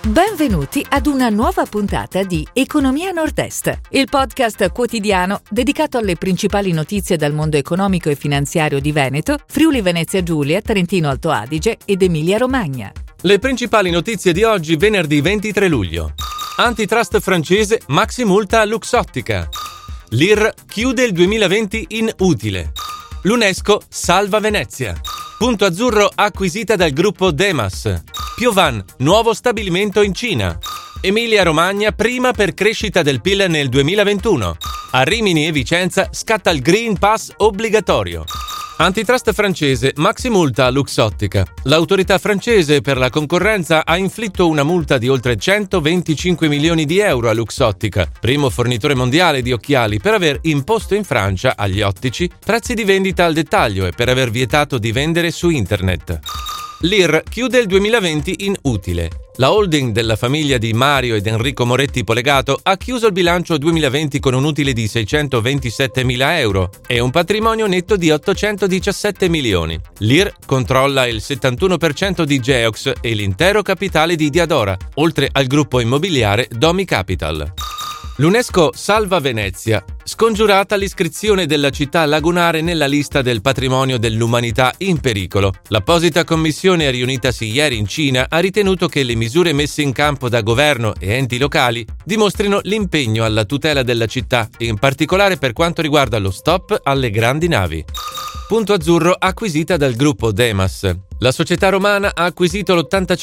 Benvenuti ad una nuova puntata di Economia Nord-Est, il podcast quotidiano dedicato alle principali notizie dal mondo economico e finanziario di Veneto, Friuli Venezia Giulia, Trentino Alto Adige ed Emilia Romagna. Le principali notizie di oggi, venerdì 23 luglio. Antitrust francese, maxi multa a Luxottica. L'IR chiude il 2020 in utile. L'UNESCO salva Venezia. Punto Azzurro acquisita dal gruppo Demas. Piovan, nuovo stabilimento in Cina. Emilia Romagna prima per crescita del PIL nel 2021. A Rimini e Vicenza scatta il Green Pass obbligatorio. Antitrust francese, maxi multa a Luxottica. L'autorità francese per la concorrenza ha inflitto una multa di oltre 125 milioni di euro a Luxottica, primo fornitore mondiale di occhiali, per aver imposto in Francia agli ottici prezzi di vendita al dettaglio e per aver vietato di vendere su internet. L'IR chiude il 2020 in utile. La holding della famiglia di Mario ed Enrico Moretti Polegato ha chiuso il bilancio 2020 con un utile di 627.000 euro e un patrimonio netto di 817 milioni. L'IR controlla il 71% di Geox e l'intero capitale di Diadora, oltre al gruppo immobiliare Domi Capital. L'UNESCO salva Venezia. Scongiurata l'iscrizione della città lagunare nella lista del patrimonio dell'umanità in pericolo. L'apposita commissione riunitasi ieri in Cina ha ritenuto che le misure messe in campo da governo e enti locali dimostrino l'impegno alla tutela della città, in particolare per quanto riguarda lo stop alle grandi navi. Punto Azzurro acquisita dal gruppo Demas. La società romana ha acquisito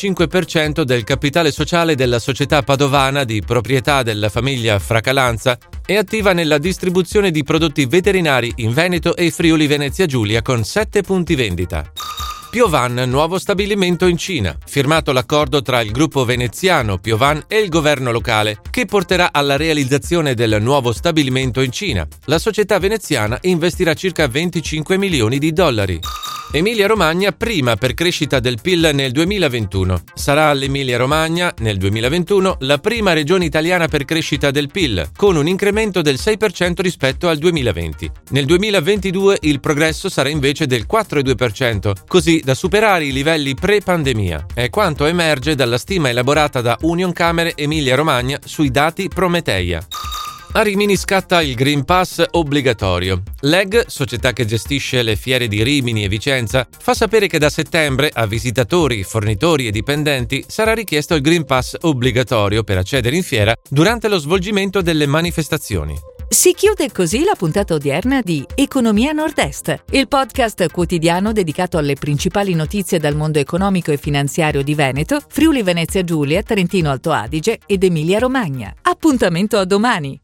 l'85% del capitale sociale della società padovana di proprietà della famiglia Fracalanza e attiva nella distribuzione di prodotti veterinari in Veneto e Friuli Venezia Giulia con 7 punti vendita. Piovan, nuovo stabilimento in Cina. Firmato l'accordo tra il gruppo veneziano Piovan e il governo locale, che porterà alla realizzazione del nuovo stabilimento in Cina. La società veneziana investirà circa 25 milioni di dollari. Emilia Romagna prima per crescita del PIL nel 2021. Sarà l'Emilia Romagna, nel 2021, la prima regione italiana per crescita del PIL, con un incremento del 6% rispetto al 2020. Nel 2022 il progresso sarà invece del 4,2%, così da superare i livelli pre-pandemia. È quanto emerge dalla stima elaborata da Unioncamere Emilia Romagna sui dati Prometeia. A Rimini scatta il Green Pass obbligatorio. L'EG, società che gestisce le fiere di Rimini e Vicenza, fa sapere che da settembre a visitatori, fornitori e dipendenti sarà richiesto il Green Pass obbligatorio per accedere in fiera durante lo svolgimento delle manifestazioni. Si chiude così la puntata odierna di Economia Nord-Est, il podcast quotidiano dedicato alle principali notizie dal mondo economico e finanziario di Veneto, Friuli Venezia Giulia, Trentino Alto Adige ed Emilia Romagna. Appuntamento a domani!